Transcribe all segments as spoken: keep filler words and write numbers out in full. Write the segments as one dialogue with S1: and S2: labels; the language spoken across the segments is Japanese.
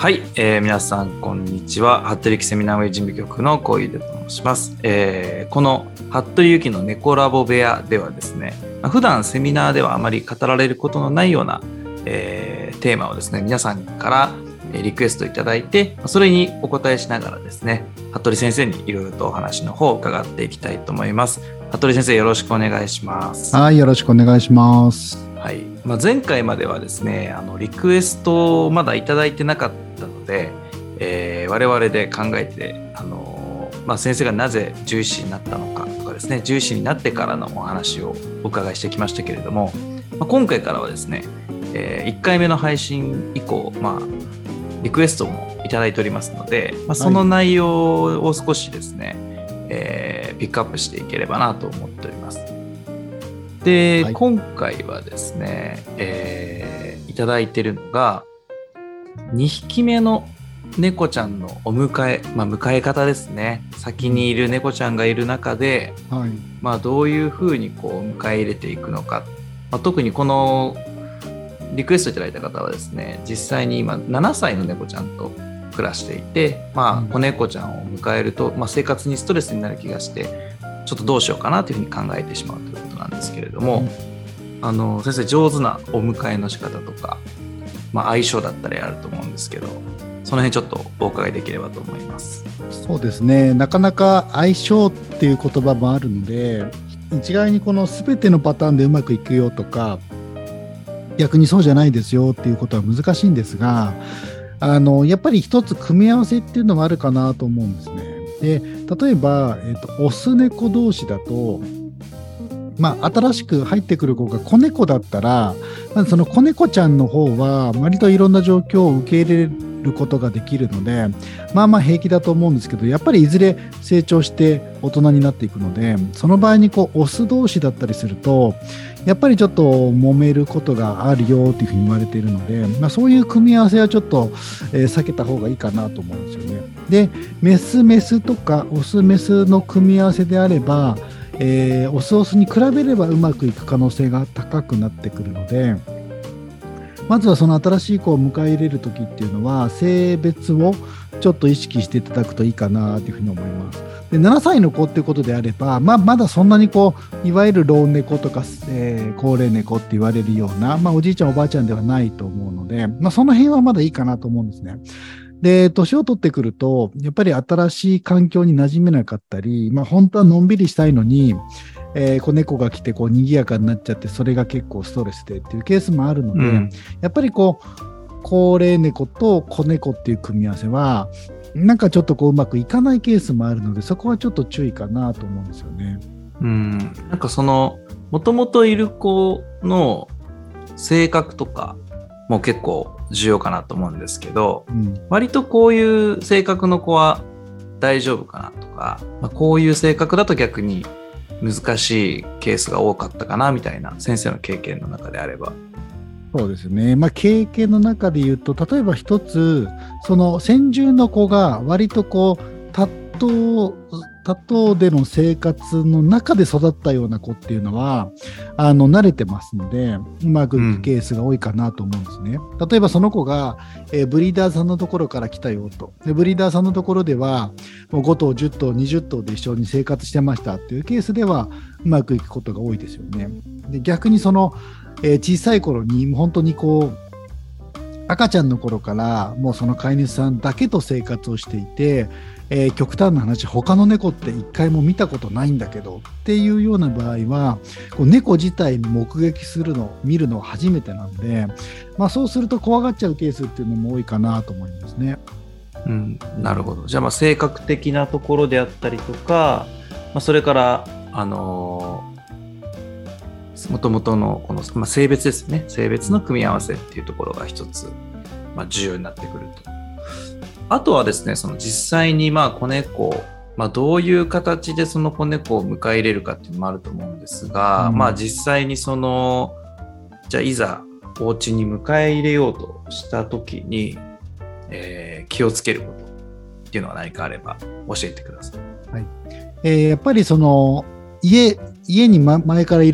S1: はい、えー、皆さんこんにちは。服部由紀セミナーウェイ事務局の小出と申します。えー、この服部由紀の猫ラボ部屋ではですね、普段セミナーではあまり語られることのないような、えー、テーマをですね、皆さんからリクエストいただいて、それにお答えしながらですね、服部先生にいろいろとお話の方を伺っていきたいと思います。服部先生、よろしくお願いします。
S2: はい、よろしくお願いします。
S1: はい、まあ、前回まではですね、あのリクエストをまだいただいてなかったので、えー、我々で考えて、あのーまあ、先生がなぜ獣医師になったのかとかですね、獣医師になってからのお話をお伺いしてきましたけれども、まあ、今回からはですね、えー、いっかいめの配信以降、まあ、リクエストもいただいておりますので、まあ、その内容を少しですね、はい、えー、ピックアップしていければなと思っております。で、はい、今回はですね、えー、いただいているのがにひきめの猫ちゃんのお迎え、まあ、迎え方ですね。先にいる猫ちゃんがいる中で、はい、まあ、どういうふうにこう迎え入れていくのか、まあ、特にこのリクエストいただいた方はですね、実際に今ななさいの猫ちゃんと暮らしていて、まあ、子猫ちゃんを迎えると、まあ、生活にストレスになる気がしてちょっとどうしようかなというふうに考えてしまうということなんですけれども、うん、あの先生、上手なお迎えの仕方とか、まあ、相性だったりあると思うんですけど、その辺ちょっとお伺いできればと思います。
S2: そうですね、なかなか相性っていう言葉もあるので、一概にこの全てのパターンでうまくいくよとか、逆にそうじゃないですよっていうことは難しいんですが、あのやっぱり一つ組み合わせっていうのもあるかなと思うんですね。で、例えば、えーと、オス猫同士だと、まあ、新しく入ってくる子が子猫だったら、まずその子猫ちゃんの方は割といろんな状況を受け入れることができるので、まあまあ平気だと思うんですけど、やっぱりいずれ成長して大人になっていくので、その場合にこうオス同士だったりすると、やっぱりちょっと揉めることがあるよというふうに言われているので、まあ、そういう組み合わせはちょっと、えー、避けた方がいいかなと思うんですよね。で、メスメスとかオスメスの組み合わせであれば、えー、オスオスに比べればうまくいく可能性が高くなってくるので、まずはその新しい子を迎え入れるときっていうのは性別をちょっと意識していただくといいかなというふうに思います。で、ななさいの子っていうことであれば、まあ、まだそんなにこういわゆる老猫とか、えー、高齢猫って言われるような、まあ、おじいちゃんおばあちゃんではないと思うので、まあ、その辺はまだいいかなと思うんですね。で、年を取ってくるとやっぱり新しい環境に馴染めなかったり、まあ、本当はのんびりしたいのに、えー、子猫が来てこう賑やかになっちゃって、それが結構ストレスでっていうケースもあるので、うん、やっぱりこう高齢猫と子猫っていう組み合わせはなんかちょっとこううまくいかないケースもあるので、そこはちょっと注意かなと思うんですよね。
S1: うん、なんかそのもともといる子の性格とかも結構重要かなと思うんですけど、うん、割とこういう性格の子は大丈夫かなとか、まあ、こういう性格だと逆に難しいケースが多かったかなみたいな、先生の経験の中であれば。
S2: そうですね、まあ、経験の中で言うと、例えば一つその先住の子が割とこう多頭多頭での生活の中で育ったような子っていうのはあの慣れてますので、うまくいくケースが多いかなと思うんですね。うん、例えばその子が、えー、ブリーダーさんのところから来たよと、でブリーダーさんのところではもうご頭じゅっ頭にじゅっ頭で一緒に生活してましたっていうケースではうまくいくことが多いですよね。で、逆にその、えー、小さい頃に本当にこう赤ちゃんの頃からもうその飼い主さんだけと生活をしていて、えー、極端な話、他の猫って一回も見たことないんだけどっていうような場合は、こう猫自体に目撃するの見るのは初めてなんで、まあ、そうすると怖がっちゃうケースっていうのも多いかなと思いますね。
S1: うん、なるほど。じゃあまあ性格的なところであったりとか、まあ、それからあのー、元々のこの、まあ、性別ですね、性別の組み合わせっていうところが一つ、まあ、重要になってくると。あとはですね、その実際にまあ子猫、まあ、どういう形でその子猫を迎え入れるかっていうのもあると思うんですが、うん、まあ実際にそのじゃあいざお家に迎え入れようとした時に、えー、気をつけることっていうのは何かあれば教えてください。
S2: はい、えー、やっぱりその家家に、ま、前からいる子、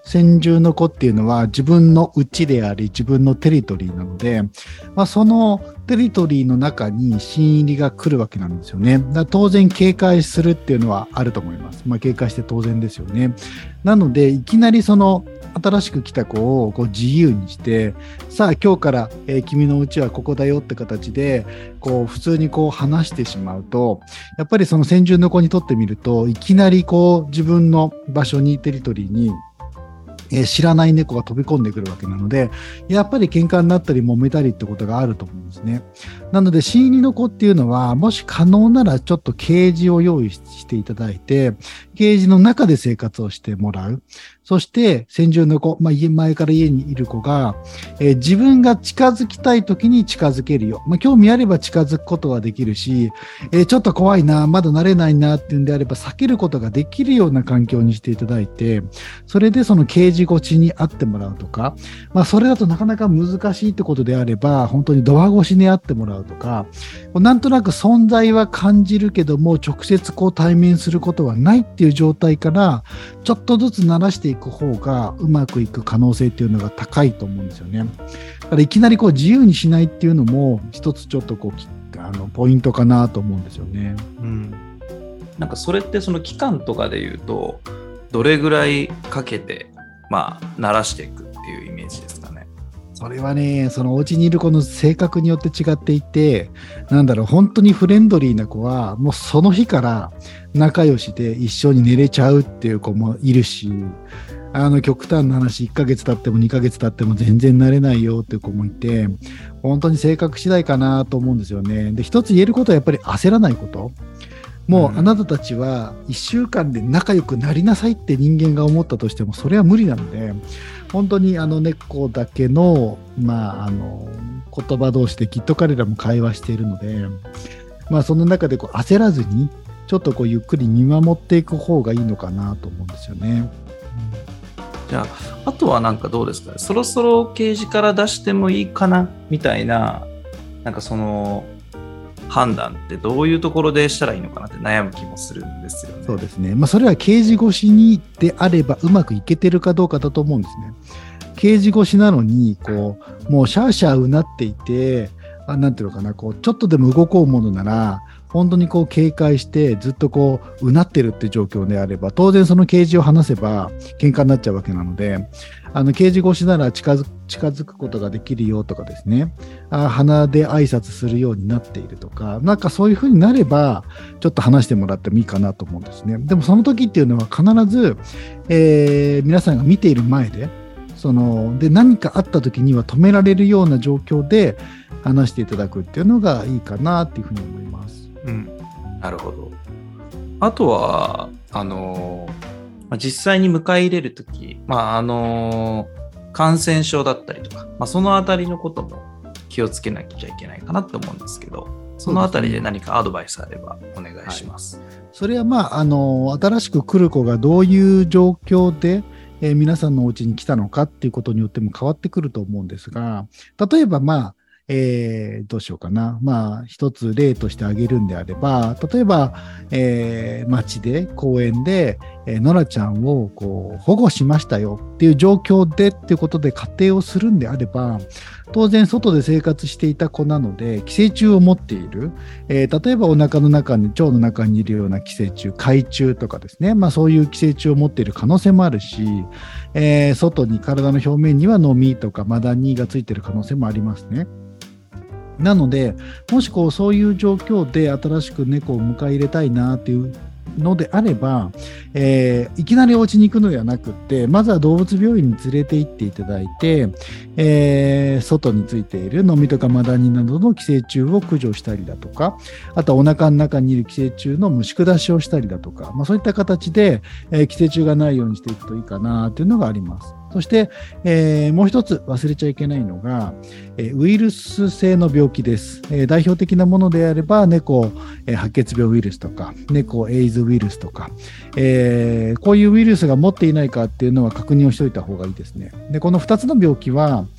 S2: 先住の子っていうのは自分の内であり自分のテリトリーなので、まあ、そのテリトリーの中に新入りが来るわけなんですよね。だから当然警戒するっていうのはあると思います。まあ、警戒して当然ですよね。なのでいきなりその新しく来た子をこう自由にして、さあ今日から、えー、君の家はここだよって形でこう普通にこう話してしまうと、やっぱりその先住の子にとってみるといきなりこう自分の場所にテリトリーにえー、知らない猫が飛び込んでくるわけなので、やっぱり喧嘩になったり揉めたりってことがあると思うんですね。なので新入りの子っていうのはもし可能ならちょっとケージを用意していただいて、ケージの中で生活をしてもらう。そして先住の子、まあ、家前から家にいる子が、えー、自分が近づきたい時に近づけるよ。まあ、興味あれば近づくことはできるし、えー、ちょっと怖いな、まだ慣れないなっていうんであれば避けることができるような環境にしていただいて、それでそのケージ越しに会ってもらうとか、まあ、それだとなかなか難しいってことであれば、本当にドア越しに会ってもらうとか、なんとなく存在は感じるけども、直接こう対面することはないっていう状態から、ちょっとずつ慣らしていく方がうまくいく可能性っていうのが高いと思うんですよね。だからいきなりこう自由にしないっていうのも、一つちょっとこう、あのポイントかなと思うんですよね。
S1: うん。なんかそれってその期間とかで言うと、どれぐらいかけて、まあ、慣らしていくっていうイメージですかね。
S2: それはね、そのお家にいる子の性格によって違っていて、なんだろう、本当にフレンドリーな子は、もうその日から仲良しで一緒に寝れちゃうっていう子もいるし、あの極端な話、いっかげつ経ってもにかげつ経っても全然慣れないよっていう子もいて、本当に性格次第かなと思うんですよね。で、一つ言えることはやっぱり焦らないこと。もうあなたたちはいっしゅうかんで仲良くなりなさいって人間が思ったとしてもそれは無理なので、本当にあの猫だけの、まあ、あの言葉同士できっと彼らも会話しているので、まあ、その中でこう焦らずにちょっとこうゆっくり見守っていく方がいいのかなと思うんですよね。
S1: じゃあ、あとはなんかどうですかね、そろそろケージから出してもいいかなみたいな、なんかその判断ってどういうところでしたらいいのかなって悩む気もするんですよね。
S2: そうですね。まあ、それはケージ越しにであればうまくいけてるかどうかだと思うんですね。ケージ越しなのに、こう、もうシャーシャーうなっていて、あ、なんていうのかな、こう、ちょっとでも動こうものなら、本当にこう警戒してずっとこううなってるって状況であれば、当然そのケージを離せば喧嘩になっちゃうわけなので、あのケージ越しなら近づ近づくことができるよとかですね、あ、鼻で挨拶するようになっているとか、なんかそういう風になればちょっと話してもらってもいいかなと思うんですね。でもその時っていうのは必ず、えー、皆さんが見ている前で、そので何かあった時には止められるような状況で話していただくっていうのがいいかなっていうふうに思います。
S1: うん、なるほど。あとはあの実際に迎え入れるとき、まああの感染症だったりとか、まあ、そのあたりのことも気をつけなきゃいけないかなと思うんですけど、そのあたりで何かアドバイスあればお願いします。
S2: はい、それはまああの新しく来る子がどういう状況でえー、皆さんのお家に来たのかっていうことによっても変わってくると思うんですが、例えばまあ、えー、どうしようかな。まあ、一つ例として挙げるんであれば、例えば、えー、街で、公園で、えー、ノラちゃんをこう保護しましたよっていう状況でっていうことで仮定をするんであれば、当然外で生活していた子なので寄生虫を持っている、えー、例えばお腹の中に腸の中にいるような寄生虫、海虫とかですね、まあ、そういう寄生虫を持っている可能性もあるし、えー、外に体の表面にはノミとかマダニがついている可能性もありますね。なのでもしこうそういう状況で新しく猫を迎え入れたいなっていうのであれば、えー、いきなりお家に行くのではなくって、まずは動物病院に連れて行っていただいて、えー、外についているノミとかマダニなどの寄生虫を駆除したりだとか、あとお腹の中にいる寄生虫の虫下しをしたりだとか、まあ、そういった形で、えー、寄生虫がないようにしていくといいかなというのがあります。そして、えー、もう一つ忘れちゃいけないのが、えー、ウイルス性の病気です。えー、代表的なものであれば、猫、えー、白血病ウイルスとか、猫エイズウイルスとか、えー、こういうウイルスが持っていないかっていうのは確認をしておいた方がいいですね。で、このふたつの病気は、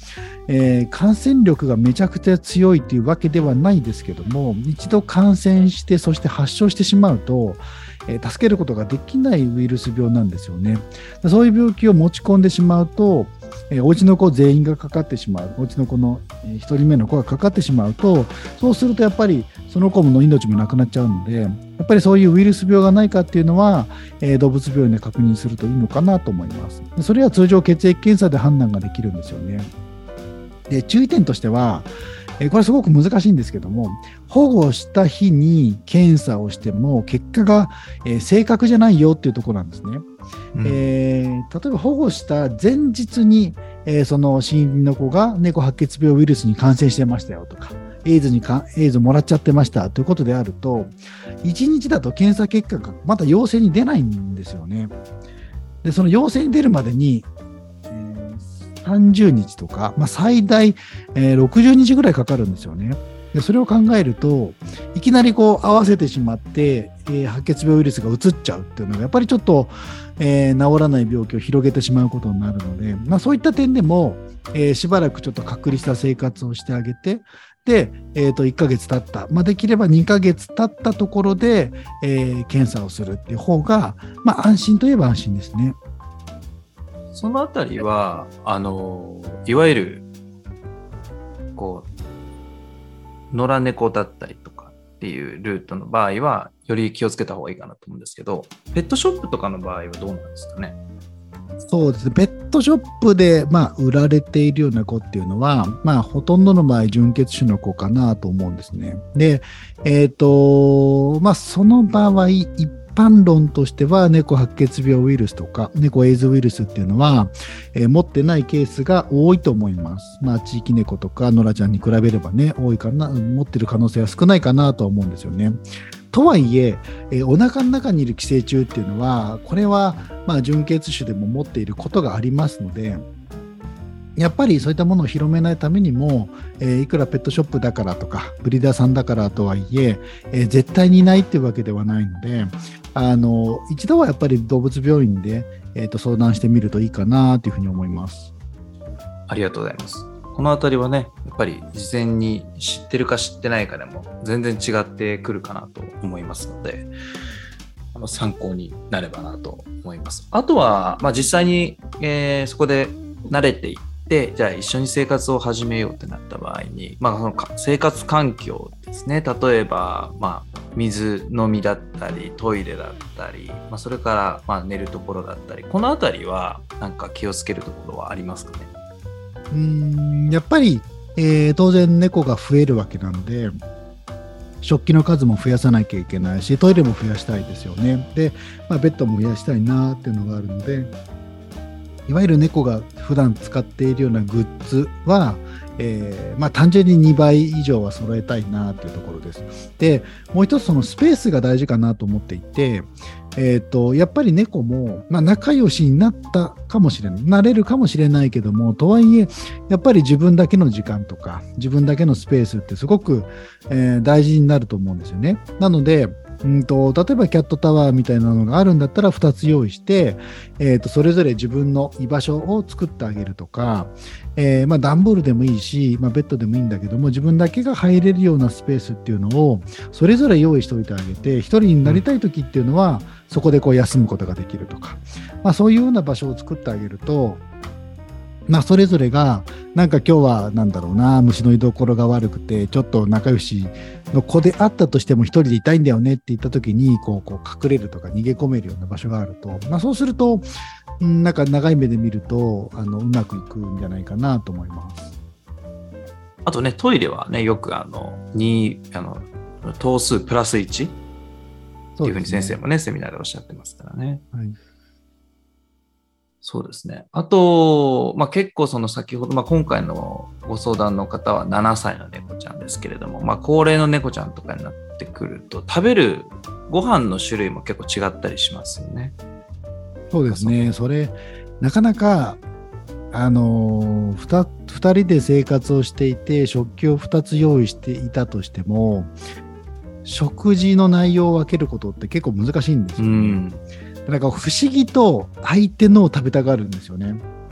S2: えー感染力がめちゃくちゃ強いというわけではないですけども、一度感染してそして発症してしまうと、えー助けることができないウイルス病なんですよね。そういう病気を持ち込んでしまうと、えーお家の子全員がかかってしまう、お家の子のえーひとりめの子がかかってしまうと、そうするとやっぱりその子の命もなくなっちゃうので、やっぱりそういうウイルス病がないかっていうのは、えー動物病院で確認するといいのかなと思います。それは通常血液検査で判断ができるんですよね。で、注意点としては、えーこれすごく難しいんですけども、保護した日に検査をしても結果が、えー正確じゃないよっていうところなんですね。
S1: うん
S2: えー例えば保護した前日に、えーその死因の子が猫白血病ウイルスに感染してましたよとか、エイズにかエイズもらっちゃってましたということであると、いちにちだと検査結果がまだ陽性に出ないんですよね。で、その陽性に出るまでに、えーさんじゅうにちとか、まあ、最大、えーろくじゅうにちぐらいかかるんですよね。で、それを考えると、いきなりこう合わせてしまって、えー白血病ウイルスがうつっちゃうっていうのが、やっぱりちょっと、えー治らない病気を広げてしまうことになるので、まあ、そういった点でも、えーしばらくちょっと隔離した生活をしてあげて、で、えーといっかげつ経った、まあ、できればにかげつ経ったところで、えー検査をするっていう方が、まあ、安心といえば安心ですね。
S1: そのあたりは、あの、いわゆる、こう、野良猫だったりとかっていうルートの場合は、より気をつけた方がいいかなと思うんですけど、ペットショップとかの場合はどうなんですかね。
S2: そうですね。ペットショップで、まあ、売られているような子っていうのは、まあ、ほとんどの場合、純血種の子かなと思うんですね。で、えっと、まあ、その場合、一般論としては、猫白血病ウイルスとか、猫エイズウイルスっていうのは、えー持ってないケースが多いと思います。まあ、地域猫とか、野良ちゃんに比べればね、多いかな、持ってる可能性は少ないかなとは思うんですよね。とはいえ、えーお腹の中にいる寄生虫っていうのは、これは、まあ、純血種でも持っていることがありますので、やっぱりそういったものを広めないためにも、えーいくらペットショップだからとか、ブリーダーさんだからとはいえ、えー絶対にいないっていうわけではないので、あの、一度はやっぱり動物病院で、えーと相談してみるといいかなというふうに思います。
S1: ありがとうございます。このあたりはね、やっぱり事前に知ってるか知ってないかでも全然違ってくるかなと思いますので、あの参考になればなと思います。あとは、まあ、実際に、えーそこで慣れていって、じゃあ一緒に生活を始めようってなった場合に、まあ、そのか生活環境ですね。例えば、まあ、水飲みだったり、トイレだったり、まあ、それから、まあ、寝るところだったり、このあたりはなんか気をつけるところはありますかね。
S2: うーん、やっぱり、えー当然猫が増えるわけなので、食器の数も増やさなきゃいけないし、トイレも増やしたいですよね。で、まあ、ベッドも増やしたいなっていうのがあるので、いわゆる猫が普段使っているようなグッズは、えーまあ、単純ににばい以上は揃えたいなっていうところです。で、もう一つそのスペースが大事かなと思っていて、えーと、やっぱり猫も、まあ、仲良しになったかもしれない、なれるかもしれないけども、とはいえ、やっぱり自分だけの時間とか、自分だけのスペースってすごく、えー大事になると思うんですよね。なので、うんと、例えばキャットタワーみたいなのがあるんだったらふたつ用意して、えーと、それぞれ自分の居場所を作ってあげるとか、えーまあ、段ボールでもいいし、まあ、ベッドでもいいんだけども、自分だけが入れるようなスペースっていうのをそれぞれ用意しておいてあげて、一人になりたい時っていうのは、そこでこう休むことができるとか、まあ、そういうような場所を作ってあげると、まあ、それぞれが、なんか今日はなんだろうな、虫の居所が悪くて、ちょっと仲良しの子であったとしても一人でいたいんだよねって言った時に、こう、こう隠れるとか逃げ込めるような場所があると、まあ、そうすると、うんなんか長い目で見ると、あの、うまくいくんじゃないかなと思います。
S1: あとね、トイレはね、よくあの、に、あの、等数プラスいちっていうふうに先生もね、セミナーでおっしゃってますからね。
S2: はい。
S1: そうですね。あと、まあ、結構その先ほど、まあ、今回のご相談の方はななさいの猫ちゃんですけれども、まあ、高齢の猫ちゃんとかになってくると、食べるご飯の種類も結構違ったりしますよね。
S2: そうですね。それ、なかなか、あのー、ふたふたりで生活をしていて、食器をふたつ用意していたとしても、食事の内容を分けることって結構難しいんですよね。
S1: うん。
S2: なんか不思議と相手のを食べたがるんですよね。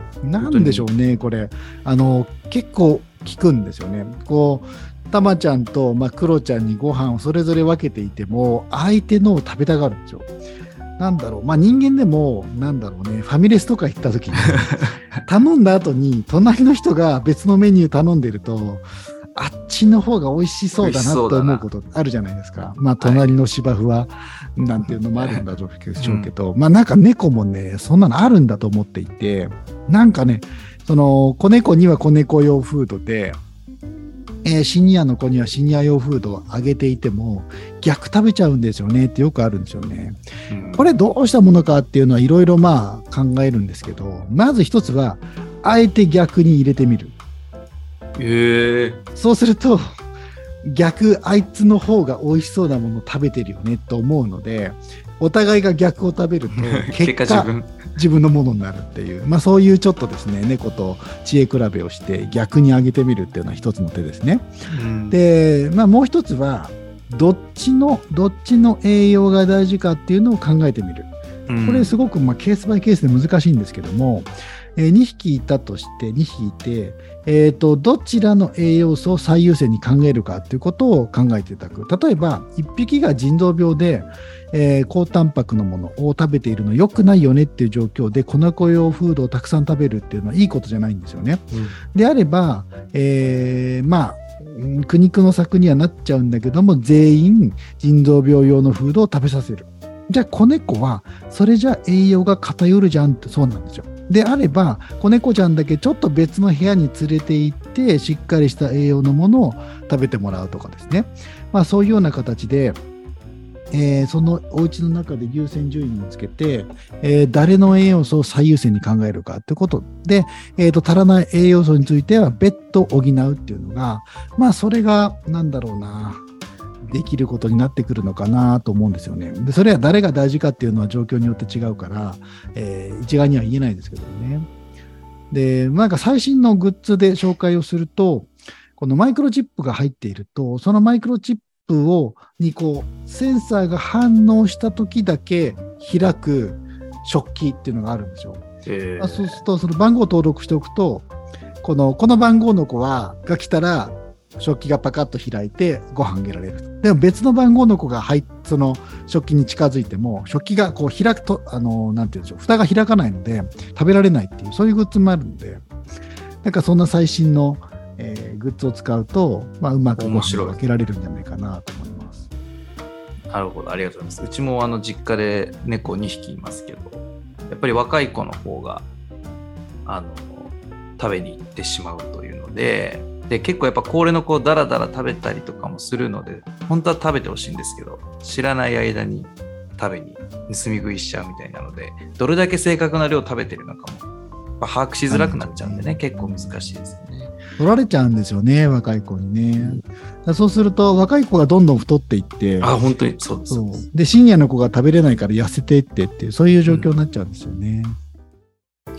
S2: なんでしょうね、これ。あの、結構効くんですよね。こう、たまちゃんと、まあ、クロちゃんにご飯をそれぞれ分けていても、相手のを食べたがるんですよ。なんだろう、まあ、人間でも、なんだろうね、ファミレスとか行った時に、頼んだ後に、隣の人が別のメニュー頼んでると、あっちの方が美味しそうだなと思うことあるじゃないですか。まあ、隣の芝生は、なんていうのもあるんだろうけど、うん、まあ、なんか猫もね、そんなのあるんだと思っていて、なんかね、その、子猫には子猫用フードで、えー、シニアの子にはシニア用フードをあげていても逆食べちゃうんですよねってよくあるんですよね。うん、これどうしたものかっていうのはいろいろまあ考えるんですけど、まず一つはあえて逆に入れてみる。
S1: へー。
S2: そうすると逆あいつの方が美味しそうなものを食べてるよねと思うので、お互いが逆を食べると結果自分自分のものになるっていう、まあそういうちょっとですね、猫と知恵比べをして逆にあげてみるっていうのは一つの手ですね。うん、で、まあもう一つはどっちのどっちの栄養が大事かっていうのを考えてみる。これすごくまあケースバイケースで難しいんですけども、えー、にひきいたとしてにひきいて、えーと、どちらの栄養素を最優先に考えるかということを考えていただく。例えばいっぴきが腎臓病で、えー、高タンパクのものを食べているの良くないよねっていう状況で、粉子用フードをたくさん食べるっていうのはいいことじゃないんですよね。うん、であれば、えー、まあ苦肉の策にはなっちゃうんだけども、全員腎臓病用のフードを食べさせる。じゃあ子猫はそれじゃ栄養が偏るじゃんって、そうなんですよ。であれば子猫ちゃんだけちょっと別の部屋に連れて行ってしっかりした栄養のものを食べてもらうとかですね、まあ、そういうような形で、えー、そのお家の中で優先順位をつけて、えー、誰の栄養素を最優先に考えるかということで、えーと、足らない栄養素については別途補うっていうのが、まあそれがなんだろうな、できることになってくるのかなと思うんですよね。で、それは誰が大事かっていうのは状況によって違うから、えー、一概には言えないですけどね。で、なんか最新のグッズで紹介をすると、このマイクロチップが入っていると、そのマイクロチップをにこうセンサーが反応した時だけ開く食器っていうのがあるんですよ。えー、そうするとその番号を登録しておくと、このこの番号の子はが来たら食器がパカッと開いてご飯あげられる。でも別の番号の子が入っその食器に近づいても食器がこう開くと、あのなんていうんでしょう、蓋が開かないので食べられないっていう、そういうグッズもあるので、なんかそんな最新の、えー、グッズを使うと、まあ、うまくご飯を分けられるんじゃないかなと思います。
S1: なるほど、ありがとうございます。うちもあの実家で猫にひきいますけど、やっぱり若い子の方があの食べに行ってしまうというので、で結構やっぱ高齢の子をダラダラ食べたりとかもするので、本当は食べてほしいんですけど、知らない間に食べに盗み食いしちゃうみたいなので、どれだけ正確な量食べてるのかも把握しづらくなっちゃうんでね、結構難しいですよね。
S2: 取られちゃうんですよね、若い子にね。うん、そうすると若い子がどんどん太っていって、
S1: あ、本当にそうです。
S2: そうでシニアの子が食べれないから痩せていってっていう、そういう状況になっちゃうんですよね。
S1: うん、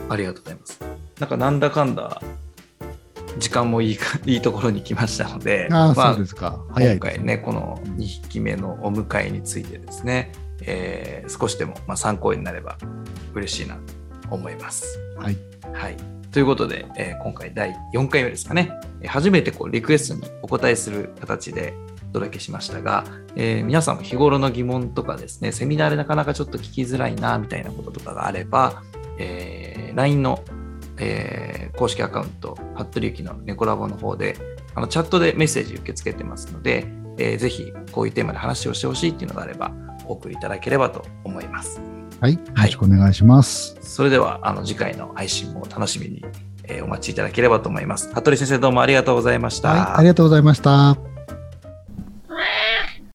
S1: ありがとうございます。なんかなんだかんだ時間もいいかいいところに来ましたので、
S2: あ、まあ、そうですか。早い
S1: 今回ね、このにひきめのお迎えについてですね、えー、少しでもまあ参考になれば嬉しいなと思います。
S2: はい。
S1: はい。ということで、えー、今回だいよんかいめですかね、初めてこうリクエストにお答えする形でお届けしましたが、えー、皆さんも日頃の疑問とかですね、セミナーでなかなかちょっと聞きづらいなみたいなこととかがあれば、えー、ライン のえー、公式アカウント、服部ゆきの猫ラボの方であのチャットでメッセージ受け付けてますので、えー、ぜひこういうテーマで話をしてほしいっていうのがあればお送りいただければと思います。
S2: はい、よろしくお願いします。
S1: はい、それではあの次回の配信も楽しみに、えー、お待ちいただければと思います。服部先生、どうもありがとうございました。
S2: はい、ありがとうございました。